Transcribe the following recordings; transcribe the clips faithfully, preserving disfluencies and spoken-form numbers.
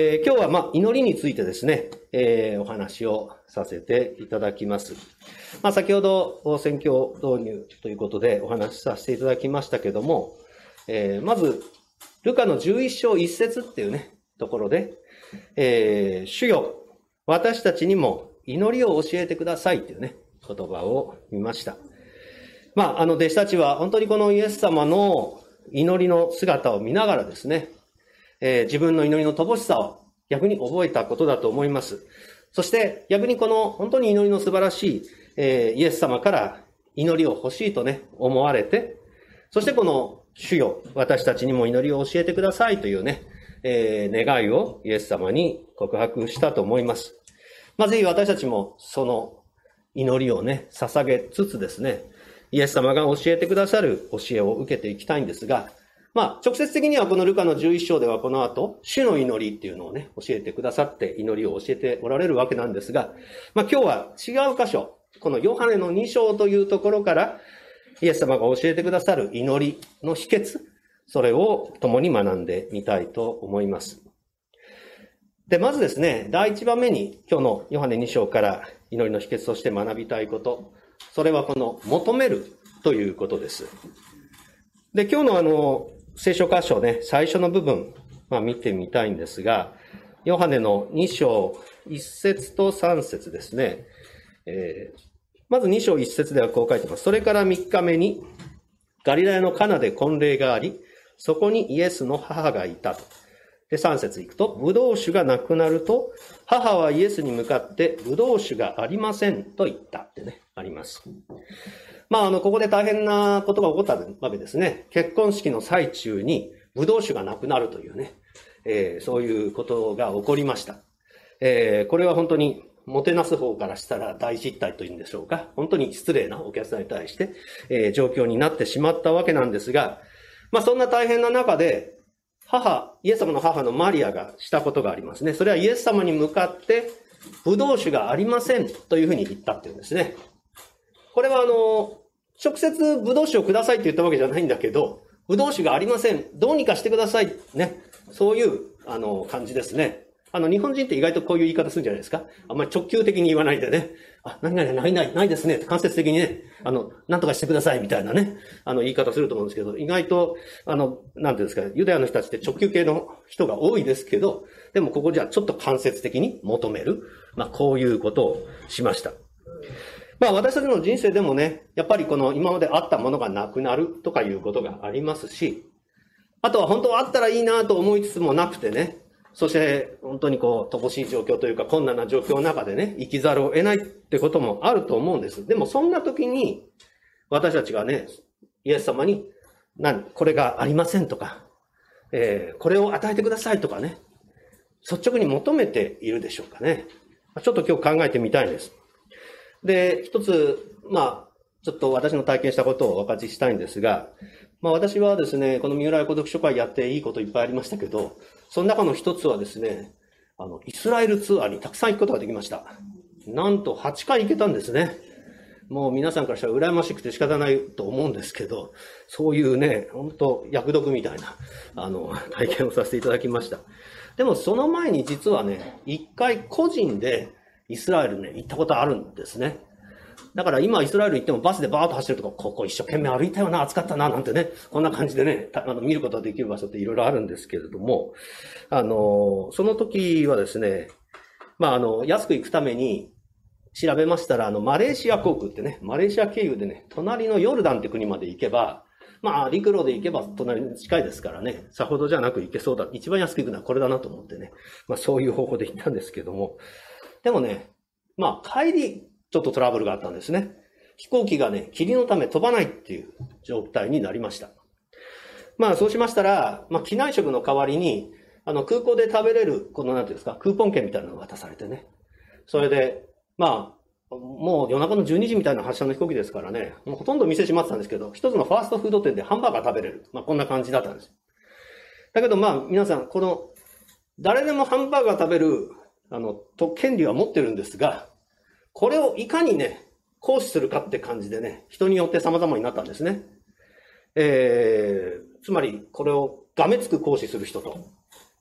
えー、今日は、まあ、祈りについてですね、えー、お話をさせていただきます。まあ、先ほど宣教導入ということでお話しさせていただきましたけども、えー、まずルカのじゅういっ章いち節っていうねところで、えー、主よ私たちにも祈りを教えてくださいっていうね言葉を見ました。まあ、あの弟子たちは本当にこのイエス様の祈りの姿を見ながらですね、えー、自分の祈りの乏しさを逆に覚えたことだと思います。そして逆にこの本当に祈りの素晴らしい、えー、イエス様から祈りを欲しいとね思われて、そしてこの主よ私たちにも祈りを教えてくださいというね、えー、願いをイエス様に告白したと思います。まあ、ぜひ私たちもその祈りをね捧げつつですね、イエス様が教えてくださる教えを受けていきたいんですが、まあ、直接的にはこのルカのじゅういっ章ではこの後、主の祈りっていうのをね、教えてくださって祈りを教えておられるわけなんですが、まあ今日は違う箇所、このヨハネのに章というところから、イエス様が教えてくださる祈りの秘訣、それを共に学んでみたいと思います。で、まずですね、第一番目に今日のヨハネに章から祈りの秘訣として学びたいこと、それはこの求めるということです。で、今日のあの、聖書箇所ね、最初の部分、まあ見てみたいんですが、ヨハネのに章いち節とさん節ですね。えー、まずに章いち節ではこう書いてます。それからみっかめに、ガリラヤのカナで婚礼があり、そこにイエスの母がいたと。で、さん節行くと、ブドウ酒がなくなると、母はイエスに向かって、ブドウ酒がありませんと言ったってね、あります。まあ、あの、ここで大変なことが起こったわけですね。結婚式の最中に、ブドウ酒がなくなるというね、えー、そういうことが起こりました。えー、これは本当に、もてなす方からしたら大失態というんでしょうか。本当に失礼なお客さんに対して、えー、状況になってしまったわけなんですが、まあ、そんな大変な中で、母、イエス様の母のマリアがしたことがありますね。それはイエス様に向かって、ブドウ酒がありませんというふうに言ったっていうんですね。これはあの、直接ブドウ酒をくださいって言ったわけじゃないんだけど、ブドウ酒がありません。どうにかしてください。ね。そういう、あの、感じですね。あの、日本人って意外とこういう言い方するんじゃないですか。あんまり直球的に言わないでね。あ、何々ないない、ないですね。間接的にね、あの、なんとかしてくださいみたいなね、あの、言い方すると思うんですけど、意外と、あの、なんていうんですか、ユダヤの人たちって直球系の人が多いですけど、でもここじゃちょっと間接的に求める。まあ、こういうことをしました。まあ私たちの人生でもね、やっぱりこの今まであったものがなくなるとかいうことがありますし、あとは本当はあったらいいなと思いつつもなくてね、そして本当にこう乏しい状況というか困難な状況の中でね、生きざるを得ないってこともあると思うんです。でもそんな時に私たちがね、イエス様に何、これがありませんとか、えー、これを与えてくださいとかね、率直に求めているでしょうかね。ちょっと今日考えてみたいんです。で、一つ、まあ、ちょっと私の体験したことをお分かちしたいんですが、まあ私はですね、この三浦屋孤独書会やっていいこといっぱいありましたけど、その中の一つはですね、あの、イスラエルツアーにたくさん行くことができました。なんとはちかい行けたんですね。もう皆さんからしたら羨ましくて仕方ないと思うんですけど、そういうね、本当役得みたいな、あの、体験をさせていただきました。でもその前に実はね、一回個人で、イスラエルね、行ったことあるんですね。だから今イスラエル行ってもバスでバーッと走るとか、ここ一生懸命歩いたよな、暑かったな、なんてね、こんな感じでね、あの見ることができる場所っていろいろあるんですけれども、あの、その時はですね、まああの、安く行くために調べましたら、あの、マレーシア航空ってね、マレーシア経由でね、隣のヨルダンって国まで行けば、まあ、陸路で行けば隣に近いですからね、さほどじゃなく行けそうだ。一番安く行くのはこれだなと思ってね、まあそういう方法で行ったんですけども、でもね、まあ帰りちょっとトラブルがあったんですね。飛行機がね、霧のため飛ばないっていう状態になりました。まあそうしましたら、まあ機内食の代わりに、あの空港で食べれる、このなんていうんですか、クーポン券みたいなのが渡されてね。それで、まあ、もう夜中のじゅうにじみたいな発車の飛行機ですからね、もうほとんど店閉まってたんですけど、一つのファーストフード店でハンバーガー食べれる。まあこんな感じだったんです。だけどまあ皆さん、この、誰でもハンバーガー食べる、あの、と、権利は持ってるんですが、これをいかにね、行使するかって感じでね、人によって様々になったんですね。えー、つまり、これをがめつく行使する人と、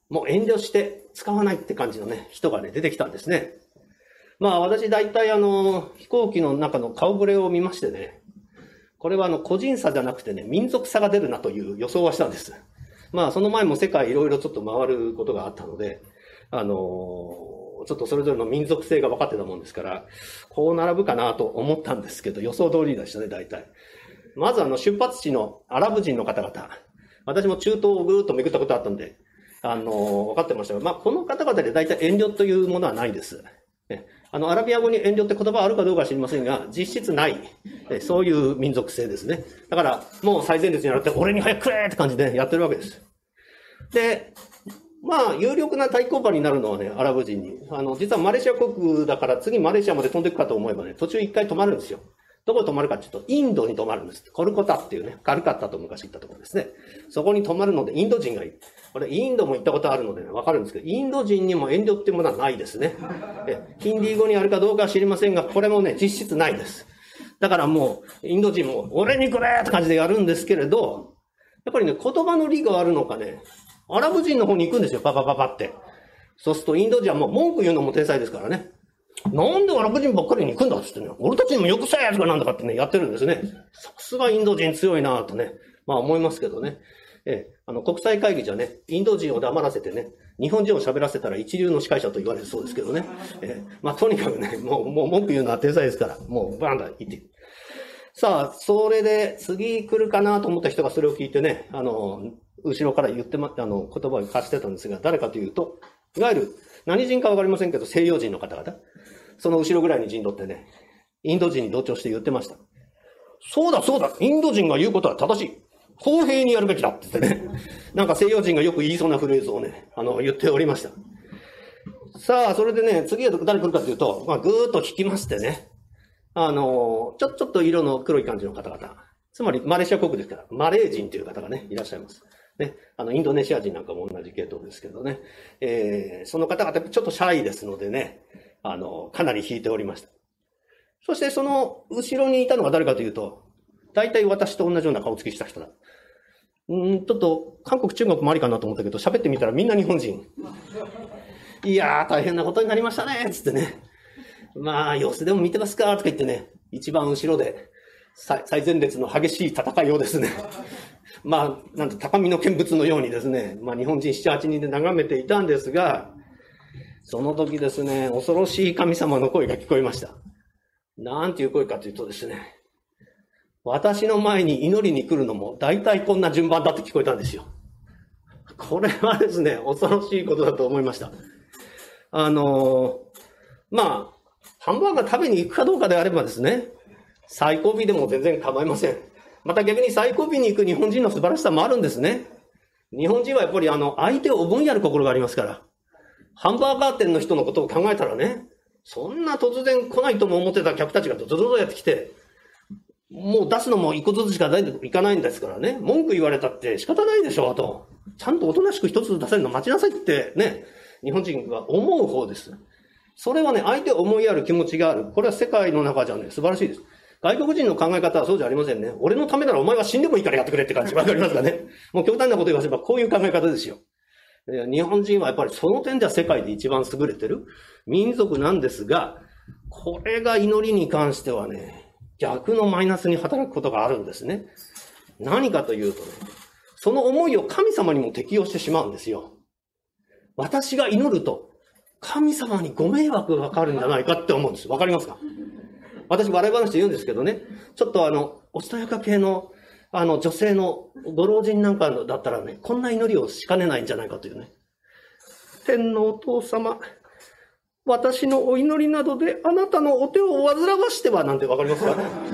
もう遠慮して使わないって感じのね、人がね、出てきたんですね。まあ私大体あの、飛行機の中の顔ぶれを見ましてね、これはあの、個人差じゃなくてね、民族差が出るなという予想はしたんです。まあその前も世界いろいろちょっと回ることがあったので、あのー、ちょっとそれぞれの民族性が分かってたもんですから、こう並ぶかなと思ったんですけど、予想通りでしたね、大体。まずあの、出発地のアラブ人の方々、私も中東をぐーっと巡ったことあったんで、あのー、分かってましたが、まあこの方々で大体遠慮というものはないです。ね、あの、アラビア語に遠慮って言葉あるかどうかは知りませんが、実質ない。そういう民族性ですね。だから、もう最前列になって、俺に早くくれって感じでやってるわけです。で、まあ、有力な対抗馬になるのはね、アラブ人に。あの、実はマレーシア国だから次マレーシアまで飛んでいくかと思えばね、途中一回止まるんですよ。どこに止まるかっていうと、インドに止まるんです。コルコタっていうね、カルカッタと昔行ったところですね。そこに止まるので、インド人がいる。これ、インドも行ったことあるのでね、わかるんですけど、インド人にも遠慮っていうものはないですね。え、ヒンディー語にあるかどうかは知りませんが、これもね、実質ないです。だからもう、インド人も、俺にくれって感じでやるんですけれど、やっぱりね、言葉の利があるのかね、アラブ人の方に行くんですよ、パパパパって。そうすると、インド人はもう文句言うのも天才ですからね。なんでアラブ人ばっかりに行くんだっつってね、俺たちにもよくせえとかなんだかってね、やってるんですね。さすがインド人強いなぁとね、まあ思いますけどね。ええ、あの、国際会議じゃね、インド人を黙らせてね、日本人を喋らせたら一流の司会者と言われるそうですけどね。ええ、まあとにかくね、もう、もう文句言うのは天才ですから、もうバンバン言って。さあ、それで次来るかなと思った人がそれを聞いてね、あの、後ろから言ってま、あの、言葉を貸してたんですが、誰かというと、いわゆる、何人かわかりませんけど、西洋人の方々、その後ろぐらいに陣取ってね、インド人に同調して言ってました。そうだそうだ、インド人が言うことは正しい。公平にやるべきだって言ってね、なんか西洋人がよく言いそうなフレーズをね、あの、言っておりました。さあ、それでね、次は誰来るかというと、まあ、ぐーっと聞きましてね、あの、ちょ、ちょっと色の黒い感じの方々、つまりマレーシア国ですから、マレー人という方がね、いらっしゃいます。ね、あの、インドネシア人なんかも同じ系統ですけどね、えー、その方々ちょっとシャイですのでね、あの、かなり引いておりました。そしてその後ろにいたのが誰かというと、大体私と同じような顔つきした人だ。うん、ちょっと韓国、中国もありかなと思ったけど、喋ってみたらみんな日本人。いやー、大変なことになりましたね、つってね。まあ、様子でも見てますかとか言ってね、一番後ろで、最前列の激しい戦いをですね、まあ、なんて高みの見物のようにですね、まあ日本人なな、はちにんで眺めていたんですが、その時ですね、恐ろしい神様の声が聞こえました。なんていう声かというとですね、私の前に祈りに来るのも大体こんな順番だって聞こえたんですよ。これはですね、恐ろしいことだと思いました。あの、まあ、ハンバーガー食べに行くかどうかであればですね、最後尾でも全然構いません。また逆に最後尾に行く日本人の素晴らしさもあるんですね。日本人はやっぱりあの、相手を思いやる心がありますから。ハンバーガー店の人のことを考えたらね、そんな突然来ないとも思ってた客たちがドドドドやってきて、もう出すのも一個ずつしかいかないんですからね、文句言われたって仕方ないでしょうと。ちゃんとおとなしく一つ出せるの待ちなさいってね、日本人は思う方です。それはね、相手を思いやる気持ちがある。これは世界の中じゃね、素晴らしいです。外国人の考え方はそうじゃありませんね。俺のためならお前は死んでもいいからやってくれって感じ。わかりますかね。もう極端なこと言わせばこういう考え方ですよ。日本人はやっぱりその点では世界で一番優れてる民族なんですが、これが祈りに関してはね、逆のマイナスに働くことがあるんですね。何かというとね、その思いを神様にも適用してしまうんですよ。私が祈ると、神様にご迷惑がかかるんじゃないかって思うんです。わかりますか？私、笑い話で言うんですけどね、ちょっとあの、おしとやか系の、あの、女性のご老人なんかだったらね、こんな祈りをしかねないんじゃないかというね。天のお父様、私のお祈りなどであなたのお手を煩わしては、なんてわかりますか？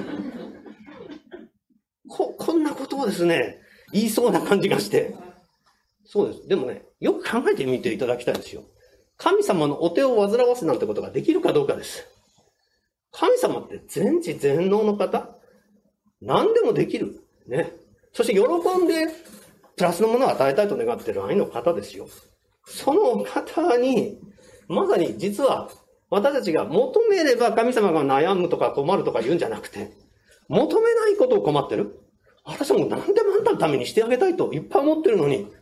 こ、こんなことをですね、言いそうな感じがして。そうです。でもね、よく考えてみていただきたいんですよ。神様のお手を煩わすなんてことができるかどうかです。神様って全知全能の方、何でもできる。ね。そして喜んで、プラスのものを与えたいと願っている愛の方ですよ。その方に、まさに実は、私たちが求めれば神様が悩むとか困るとか言うんじゃなくて、求めないことを困ってる。私はもう何でもあんたのためにしてあげたいといっぱい思ってるのに、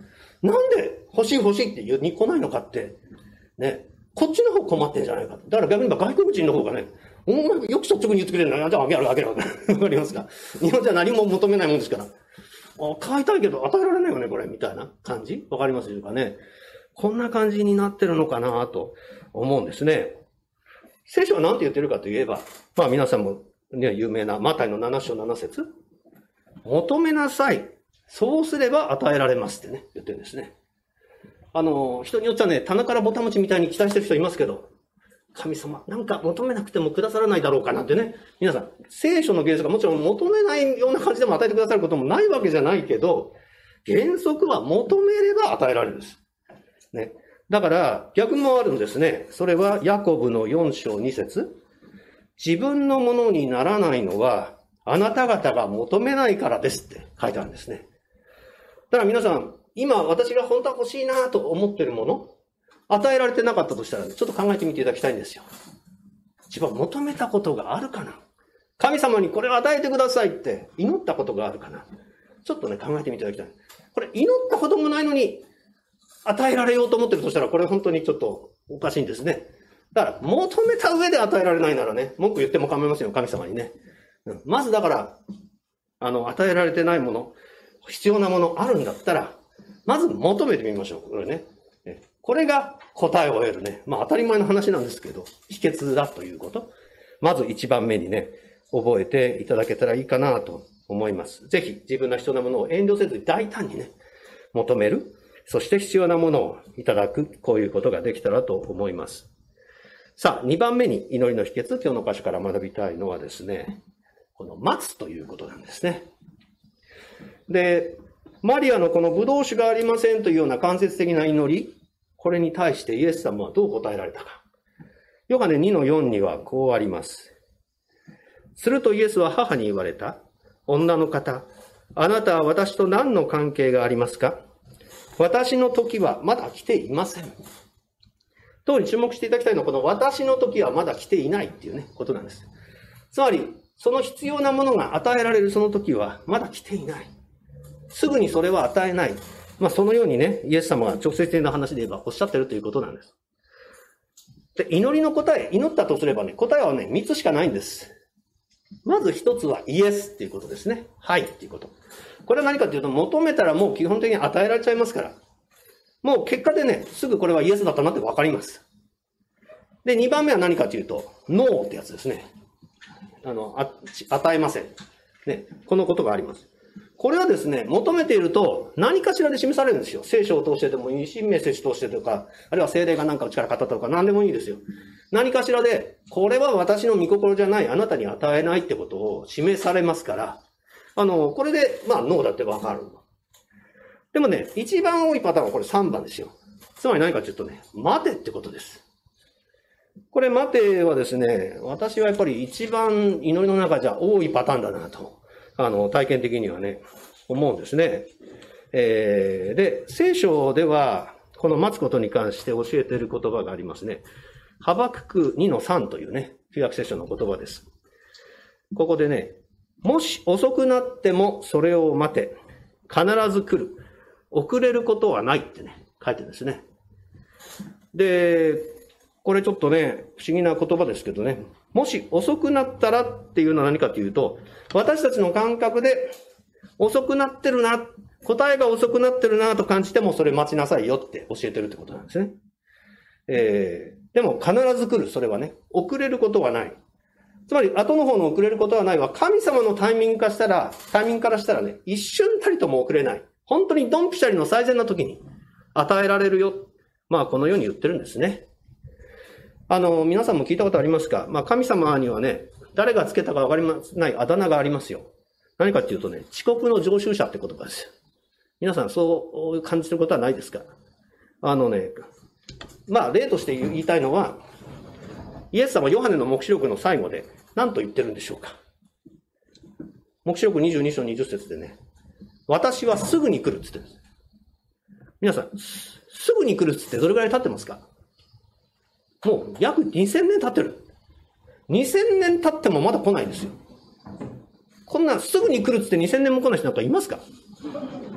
なんで欲しい欲しいって言いに来ないのかって、ね、こっちの方困ってんじゃないか。だから逆に言えば外国人の方がね、お前よく率直に言ってくれるな。じゃああげるあげるあげる。わかりますか？日本じゃ何も求めないもんですから。あ、買いたいけど与えられないよね、これ、みたいな感じ？わかりますでしょうかね。こんな感じになってるのかなと思うんですね。聖書は何て言ってるかといえば、まあ皆さんもね、有名なマタイのなな章なな節。求めなさい。そうすれば与えられますってね、言ってるんですね。あの、人によってはね、棚からぼた餅みたいに期待してる人いますけど、神様、なんか求めなくてもくださらないだろうかなんてね。皆さん、聖書の原則がもちろん求めないような感じでも与えてくださることもないわけじゃないけど、原則は求めれば与えられるんです。ね。だから、逆もあるんですね。それは、ヤコブのよん章に節。自分のものにならないのは、あなた方が求めないからですって書いてあるんですね。だから皆さん、今私が本当は欲しいなと思っているもの、与えられてなかったとしたら、ちょっと考えてみていただきたいんですよ。自分は求めたことがあるかな？神様にこれを与えてくださいって祈ったことがあるかな？ちょっとね、考えてみていただきたい。これ祈ったこともないのに、与えられようと思ってるとしたら、これ本当にちょっとおかしいんですね。だから、求めた上で与えられないならね、文句言っても構いませんよ、神様にね。うん、まずだから、あの、与えられてないもの、必要なものあるんだったら、まず求めてみましょう。これね。これが答えを得るね。まあ当たり前の話なんですけど、秘訣だということ。まず一番目にね、覚えていただけたらいいかなと思います。ぜひ自分の必要なものを遠慮せずに大胆にね、求める。そして必要なものをいただく。こういうことができたらと思います。さあ、二番目に祈りの秘訣、今日の箇所から学びたいのはですね、この待つということなんですね。で、マリアのこのブドウ酒がありませんというような間接的な祈り、これに対してイエス様はどう答えられたか。ヨハネにのよんにはこうあります。するとイエスは母に言われた。女の方、あなたは私と何の関係がありますか？私の時はまだ来ていません。当に注目していただきたいのは、この私の時はまだ来ていないっていうね、ことなんです。つまり、その必要なものが与えられるその時はまだ来ていない。すぐにそれは与えない。まあ、そのようにね、イエス様が直接的な話で言えばおっしゃってるということなんです。で、祈りの答え、祈ったとすればね、答えはね、三つしかないんです。まず一つはイエスっていうことですね。はいっていうこと。これは何かというと、求めたらもう基本的に与えられちゃいますから。もう結果でね、すぐこれはイエスだったなってわかります。で、二番目は何かというと、ノーってやつですね。あの、あ、与えません。ね、このことがあります。これはですね、求めていると何かしらで示されるんですよ。聖書を通してでもいいし、メッセージ通してとか、あるいは聖霊が何かうちから語ったとか何でもいいですよ。何かしらで、これは私の御心じゃない、あなたに与えないってことを示されますから、あの、これで、まあ、ノーだってわかる。でもね、一番多いパターンはこれさんばんですよ。つまり何かというとね、待てってことです。これ待てはですね、私はやっぱり一番祈りの中じゃ多いパターンだなと。あの、体験的にはね、思うんですね。えー、で、聖書では、この待つことに関して教えている言葉がありますね。ハバククにのさんというね、旧約聖書の言葉です。ここでね、もし遅くなってもそれを待て、必ず来る。遅れることはないってね、書いてるんですね。で、これちょっとね、不思議な言葉ですけどね、もし遅くなったらっていうのは何かというと、私たちの感覚で遅くなってるな、答えが遅くなってるなと感じてもそれ待ちなさいよって教えてるってことなんですね。えー、でも必ず来る、それはね、遅れることはない。つまり後の方の遅れることはないは、神様のタイミングからしたら、タイミングからしたらね、一瞬たりとも遅れない。本当にドンピシャリの最善な時に与えられるよ。まあこのように言ってるんですね。あの、皆さんも聞いたことありますか？まあ神様にはね、誰がつけたかわかりないあだ名がありますよ。何かっていうとね、遅刻の常習者って言葉ですよ。皆さんそう感じてることはないですか？あのね、まあ例として言いたいのは、イエス様はヨハネの黙示録の最後で何と言ってるんでしょうか？黙示録にじゅうに章にじゅっ節でね、私はすぐに来るって言ってるんです。皆さん、すぐに来るってどれくらい経ってますか？もう約にせんねん経ってる。にせんねん経ってもまだ来ないんですよ。こんなすぐに来るってにせんねんも来ない人なんかいますか？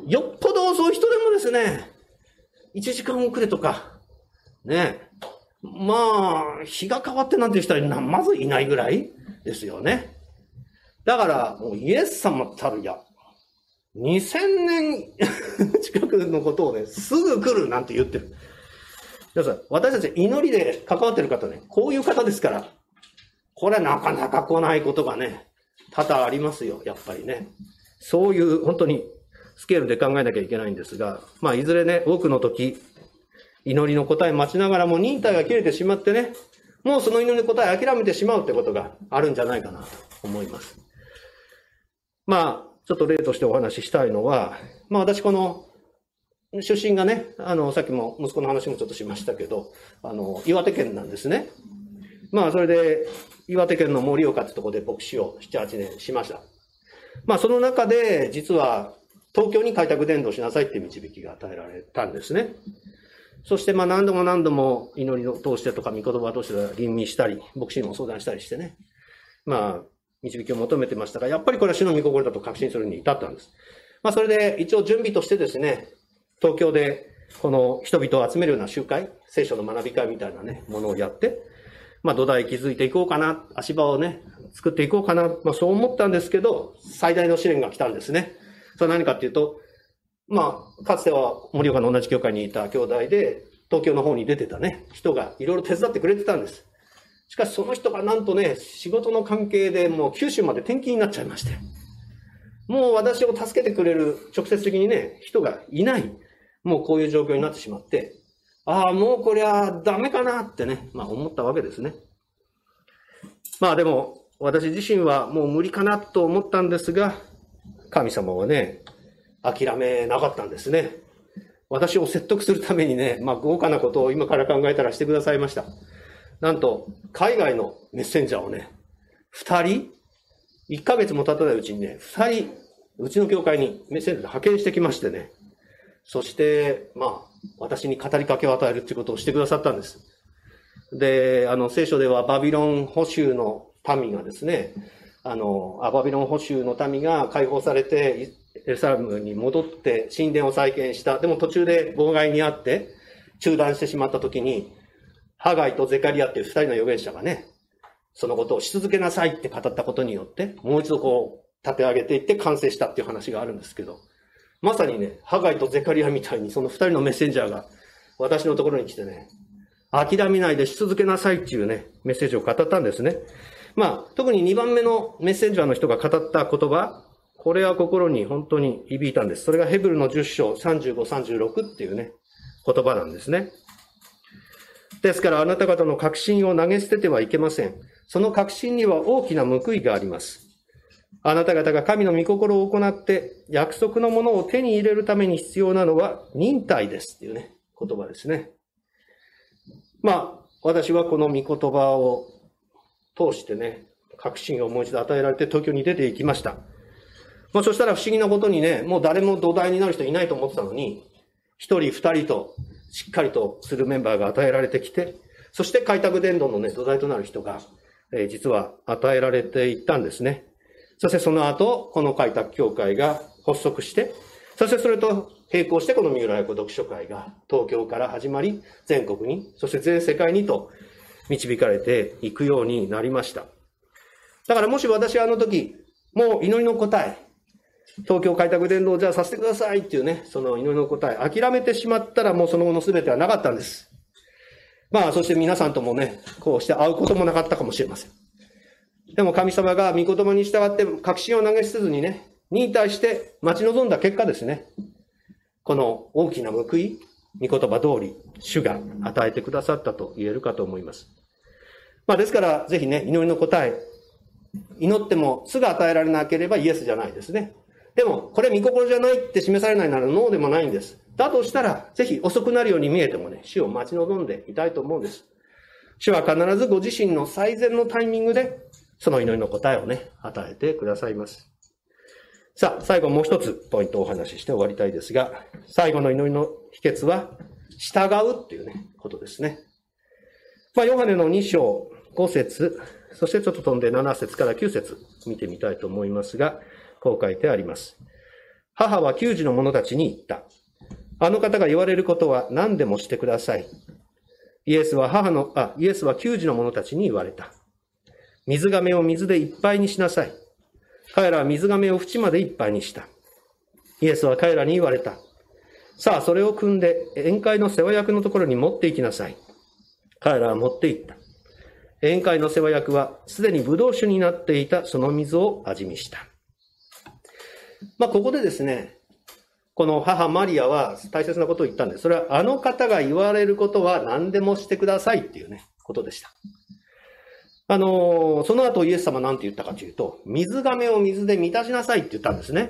よっぽど遅い人でもですね、いちじかん遅れとか、ね、まあ、日が変わってなんていう人はまずいないぐらいですよね。だから、もうイエス様たるや、にせんねん近くのことをね、すぐ来るなんて言ってる。皆さん、私たち祈りで関わってる方ね、こういう方ですから、これはなかなか来ないことがね、多々ありますよ、やっぱりね。そういう本当にスケールで考えなきゃいけないんですが、まあいずれね、多くの時、祈りの答え待ちながらも忍耐が切れてしまってね、もうその祈りの答え諦めてしまうってことがあるんじゃないかなと思います。まあ、ちょっと例としてお話ししたいのは、まあ私この、出身がね、あの、さっきも息子の話もちょっとしましたけど、あの、岩手県なんですね。まあそれで、岩手県の盛岡ってところで牧師をなな、はちねんしました。まあその中で、実は東京に開拓伝道しなさいって導きが与えられたんですね。そしてまあ何度も何度も祈りを通してとか御言葉を通して吟味したり、牧師にも相談したりしてね。まあ、導きを求めてましたが、やっぱりこれは主の御心だと確信するに至ったんです。まあそれで一応準備としてですね、東京でこの人々を集めるような集会、聖書の学び会みたいなね、ものをやって、まあ土台築いていこうかな、足場をね、作っていこうかな、まあそう思ったんですけど、最大の試練が来たんですね。それは何かっていうと、まあ、かつては盛岡の同じ教会にいた兄弟で、東京の方に出てたね、人がいろいろ手伝ってくれてたんです。しかしその人がなんとね、仕事の関係でもう九州まで転勤になっちゃいまして、もう私を助けてくれる直接的にね、人がいない、もうこういう状況になってしまって、ああ、もうこりゃダメかなってね、まあ思ったわけですね。まあでも、私自身はもう無理かなと思ったんですが、神様はね、諦めなかったんですね。私を説得するためにね、まあ豪華なことを今から考えたらしてくださいました。なんと、海外のメッセンジャーをね、二人、一ヶ月も経たないうちにね、二人、うちの教会にメッセンジャーで派遣してきましてね、そして、まあ、私に語りかけを与えるっていうことをしてくださったんです。で、あの、聖書ではバビロン捕囚の民がですね、あの、バビロン捕囚の民が解放されて、エルサレムに戻って神殿を再建した。でも途中で妨害にあって中断してしまった時に、ハガイとゼカリアっていう二人の預言者がね、そのことをし続けなさいって語ったことによって、もう一度こう立て上げていって完成したっていう話があるんですけど、まさにね、ハガイとゼカリアみたいにその二人のメッセンジャーが私のところに来てね、諦めないでし続けなさいっていうね、メッセージを語ったんですね。まあ、特ににばんめのメッセンジャーの人が語った言葉、これは心に本当に響いたんです。それがヘブルのじゅっ章さんじゅうご、さんじゅうろくっていうね、言葉なんですね。ですからあなた方の確信を投げ捨ててはいけません。その確信には大きな報いがあります。あなた方が神の御心を行って約束のものを手に入れるために必要なのは忍耐ですっていうね、言葉ですね。まあ、私はこの御言葉を通してね、確信をもう一度与えられて東京に出ていきました。まあ、そしたら不思議なことにね、もう誰も土台になる人いないと思ってたのに、一人二人としっかりとするメンバーが与えられてきて、そして開拓伝道のね、土台となる人が、えー、実は与えられていったんですね。そしてその後、この開拓協会が発足して、そしてそれと並行してこの三浦親子読書会が東京から始まり、全国に、そして全世界にと導かれていくようになりました。だからもし私はあの時、もう祈りの答え、東京開拓伝道をじゃあさせてくださいっていうね、その祈りの答え、諦めてしまったらもうその後の全てはなかったんです。まあ、そして皆さんともね、こうして会うこともなかったかもしれません。でも神様が御言葉に従って確信を投げ捨てずにね、忍耐して待ち望んだ結果ですね、この大きな報い、御言葉通り、主が与えてくださったと言えるかと思います。まあ、ですから、ぜひね、祈りの答え、祈ってもすぐ与えられなければイエスじゃないですね。でも、これ御心じゃないって示されないならノーでもないんです。だとしたら、ぜひ遅くなるように見えてもね、主を待ち望んでいたいと思うんです。主は必ずご自身の最善のタイミングで、その祈りの答えをね、与えてくださいます。さあ、最後もう一つポイントをお話しして終わりたいですが、最後の祈りの秘訣は、従うっていうね、ことですね。まあ、ヨハネのに章ご節、そしてちょっと飛んでなな節からきゅう節見てみたいと思いますが、こう書いてあります。 母は給仕の者たちに言った。あの方が言われることは何でもしてください。イエスは母の、あ、イエスは給仕の者たちに言われた。水亀を水でいっぱいにしなさい。彼らは水亀を縁までいっぱいにした。イエスは彼らに言われた。さあ、それを汲んで宴会の世話役のところに持って行きなさい。彼らは持って行った。宴会の世話役はすでにブドウ酒になっていたその水を味見した。まあ、ここでですね、この母マリアは大切なことを言ったんです。それはあの方が言われることは何でもしてくださいっていうね、ことでした。あの、その後イエス様は何て言ったかというと、水亀を水で満たしなさいって言ったんですね。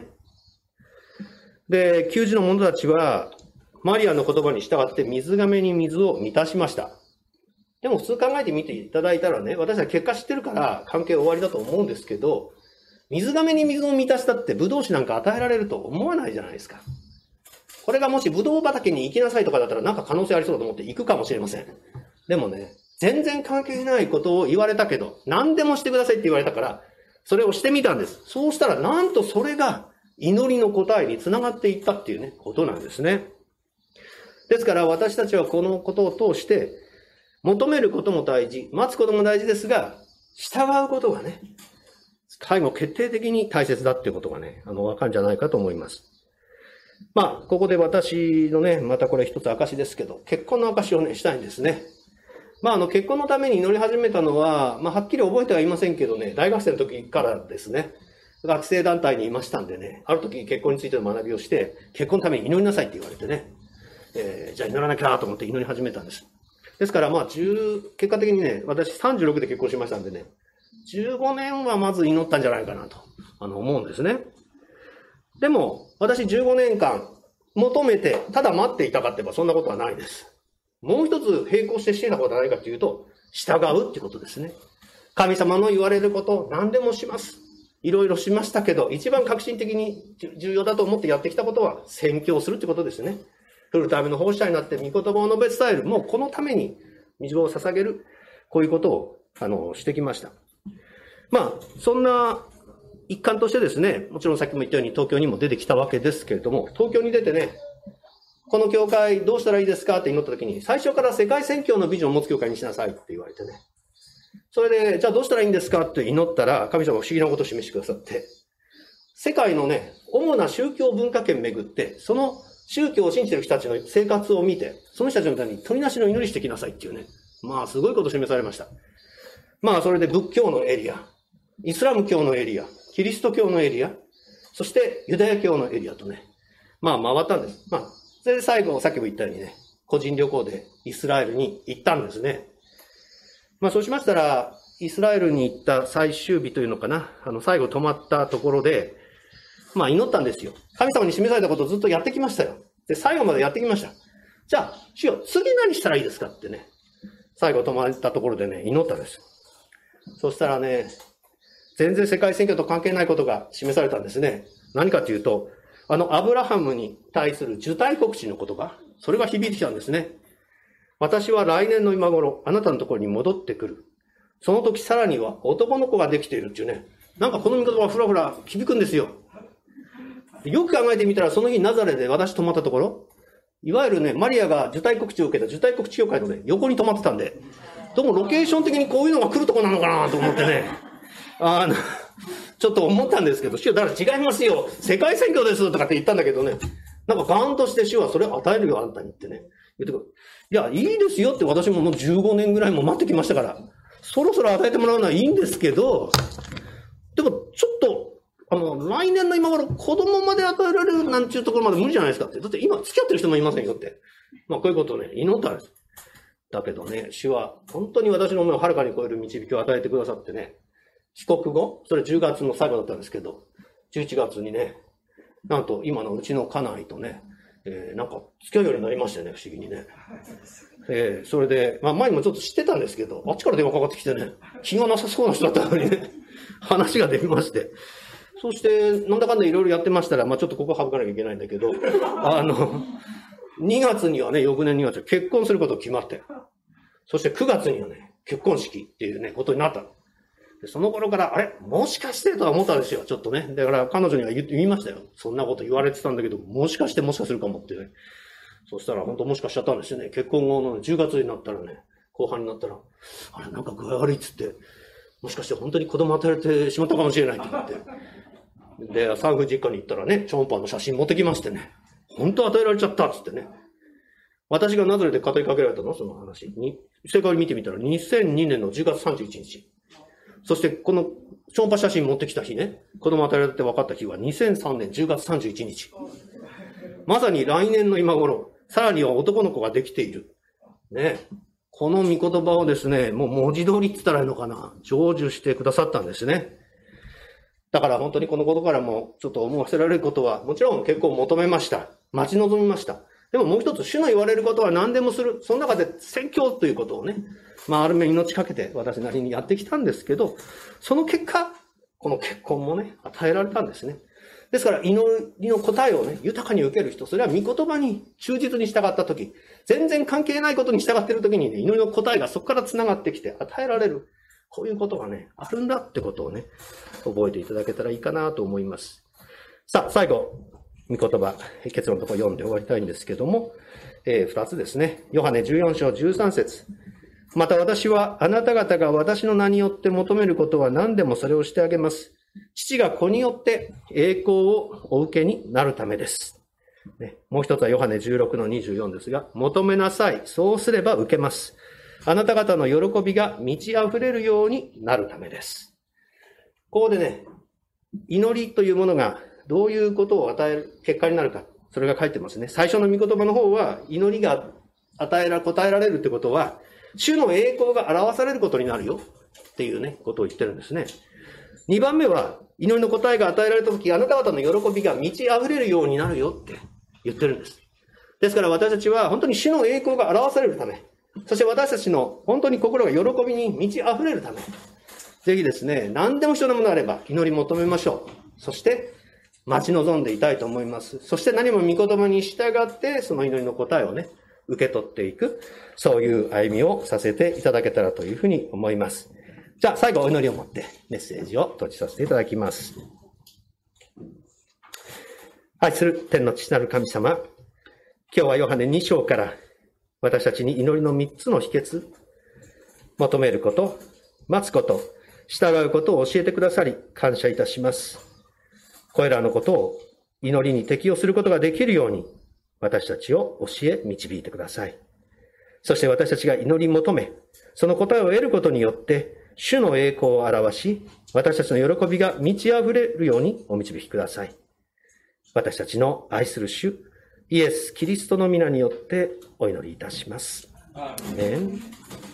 で、給仕の者たちはマリアの言葉に従って水亀に水を満たしました。でも普通考えてみていただいたらね、私は結果知ってるから関係終わりだと思うんですけど、水亀に水を満たしたってブドウ酒なんか与えられると思わないじゃないですか。これがもしブドウ畑に行きなさいとかだったらなんか可能性ありそうだと思って行くかもしれません。でもね、全然関係ないことを言われたけど、何でもしてくださいって言われたから、それをしてみたんです。そうしたらなんとそれが祈りの答えにつながっていったっていうね、ことなんですね。ですから私たちはこのことを通して、求めることも大事、待つことも大事ですが、従うことがね、最後決定的に大切だっていうことがね、あの、わかるんじゃないかと思います。まあ、ここで私のね、またこれ一つ証ですけど、結婚の証をね、したいんですね。まあ、あの、結婚のために祈り始めたのは、まあ、はっきり覚えてはいませんけどね、大学生の時からですね、学生団体にいましたんでね、ある時結婚についての学びをして、結婚のために祈りなさいって言われてね、えー、じゃあ祈らなきゃと思って祈り始めたんです。ですから、まあ、じゅう、結果的にね、私さんじゅうろくで結婚しましたんでね、じゅうごねんはまず祈ったんじゃないかなと、あの、思うんですね。でも、私じゅうごねんかん求めて、ただ待っていたかって言えばそんなことはないです。もう一つ並行してしていたことは何かというと、従うってことですね。神様の言われること、何でもします。いろいろしましたけど、一番革新的に重要だと思ってやってきたことは、宣教するってことですね。フルタイムの奉仕者になって、御言葉を述べ伝える。もうこのために、道を捧げる。こういうことを、あの、してきました。まあ、そんな一環としてですね、もちろんさっきも言ったように東京にも出てきたわけですけれども、東京に出てね、この教会どうしたらいいですかって祈った時に、最初から世界宣教のビジョンを持つ教会にしなさいって言われてね。それで、じゃあどうしたらいいんですかって祈ったら、神様が不思議なことを示してくださって、世界のね、主な宗教文化圏をめぐって、その宗教を信じている人たちの生活を見て、その人たちのために取りなしの祈りしてきなさいっていうね。まあ、すごいことを示されました。まあ、それで仏教のエリア、イスラム教のエリア、キリスト教のエリア、そしてユダヤ教のエリアとね、まあ回ったんです。まあ、それで最後、さっきも言ったようにね、個人旅行でイスラエルに行ったんですね。まあそうしましたら、イスラエルに行った最終日というのかな、あの最後泊まったところで、まあ祈ったんですよ。神様に示されたことをずっとやってきましたよ。で、最後までやってきました。じゃあ、主よ、次何したらいいですかってね、最後泊まったところでね、祈ったんです。そしたらね、全然世界選挙と関係ないことが示されたんですね。何かというと、あのアブラハムに対する受胎告知のことが、それが響いてきたんですね。私は来年の今頃、あなたのところに戻ってくる。その時さらには男の子ができているっていうね。なんかこの御言葉がふらふら響くんですよ。よく考えてみたら、その日ナザレで私泊まったところ、いわゆるね、マリアが受胎告知を受けた受胎告知教会のね、横に泊まってたんで、どうもロケーション的にこういうのが来るとこなのかなと思ってね、あの、ちょっと思ったんですけど、主はだから違いますよ。世界選挙ですとかって言ったんだけどね、なんかガーンとして主はそれを与えるよ、あんたにってね。言ってくる。いや、いいですよって私ももうじゅうごねんぐらいも待ってきましたから、そろそろ与えてもらうのはいいんですけど、でもちょっと、あの、来年の今頃子供まで与えられるなんていうところまで無理じゃないですかって。だって今付き合ってる人もいませんよって。まあこういうことをね、祈ったんです。だけどね、主は本当に私の思いをはるかに超える導きを与えてくださってね、帰国後、それじゅうがつの最後だったんですけど、じゅういちがつにね、なんと今のうちの家内とね、えー、なんか付き合うようになりましたよね、不思議にね。えー、それで、まあ前にもちょっと知ってたんですけど、あっちから電話かかってきてね、気がなさそうな人だったのにね、話ができまして。そして、なんだかんだいろいろやってましたら、まあちょっとここ省かなきゃいけないんだけど、あの、にがつにはね、翌年にがつに結婚することが決まって、そしてくがつにはね、結婚式っていうね、ことになった。 でその頃から、あれもしかしてとは思ったんですよ、ちょっとね。だから彼女には言って言いましたよ。そんなこと言われてたんだけど、もしかしてもしかするかもってね。そしたら本当もしかしちゃったんですよね。結婚後のじゅうがつになったらね、後半になったら、あれなんか具合悪いっつって、もしかして本当に子供与えられてしまったかもしれないと思って。で、産婦実家に行ったらね、超音波の写真持ってきましてね、本当与えられちゃったっつってね。私がナザレで語りかけられたのその話に。正確に見てみたらにせんにねんのじゅうがつさんじゅういちにち。そしてこの超音波写真持ってきた日ね、子供与えられて分かった日はにせんさんねんじゅうがつさんじゅういちにち。まさに来年の今頃、さらには男の子ができている。ね。この御言葉をですね、もう文字通りって言ったらいいのかな、成就してくださったんですね。だから本当にこのことからもちょっと思わせられることは、もちろん結構求めました。待ち望みました。でももう一つ、主の言われることは何でもする。その中で宣教ということをね、まあある面命かけて私なりにやってきたんですけど、その結果、この結婚もね、与えられたんですね。ですから祈りの答えをね、豊かに受ける人、それは御言葉に忠実に従ったとき、全然関係ないことに従っているときにね、祈りの答えがそこから繋がってきて与えられる。こういうことがね、あるんだってことをね、覚えていただけたらいいかなと思います。さあ、最後、御言葉、結論のところ読んで終わりたいんですけども、えー、二つですね。ヨハネじゅうよんしょうじゅうさんせつ。また私はあなた方が私の名によって求めることは何でもそれをしてあげます。父が子によって栄光をお受けになるためです。ね、もう一つはヨハネじゅうろくのにじゅうよんですが、求めなさい。そうすれば受けます。あなた方の喜びが満ち溢れるようになるためです。ここでね、祈りというものがどういうことを与える結果になるか、それが書いてますね。最初の御言葉の方は、祈りが与えら、答えられるってことは、主の栄光が表されることになるよっていうね、ことを言ってるんですね。二番目は、祈りの答えが与えられたとき、あなた方の喜びが満ち溢れるようになるよって言ってるんです。ですから私たちは本当に主の栄光が表されるため、そして私たちの本当に心が喜びに満ち溢れるため、ぜひですね、何でも必要なものがあれば祈り求めましょう。そして、待ち望んでいたいと思います。そして何も御言葉に従って、その祈りの答えをね、受け取っていく、そういう歩みをさせていただけたらというふうに思います。じゃあ、最後お祈りを持ってメッセージを閉じさせていただきます。愛する天の父なる神様、今日はヨハネにしょうから私たちに祈りのみっつの秘訣、求めること、待つこと、従うことを教えてくださり感謝いたします。これらのことを祈りに適用することができるように私たちを教え導いてください。そして私たちが祈り求め、その答えを得ることによって主の栄光を表し、私たちの喜びが満ち溢れるようにお導きください。私たちの愛する主、イエス・キリストの皆によってお祈りいたします。アーメン。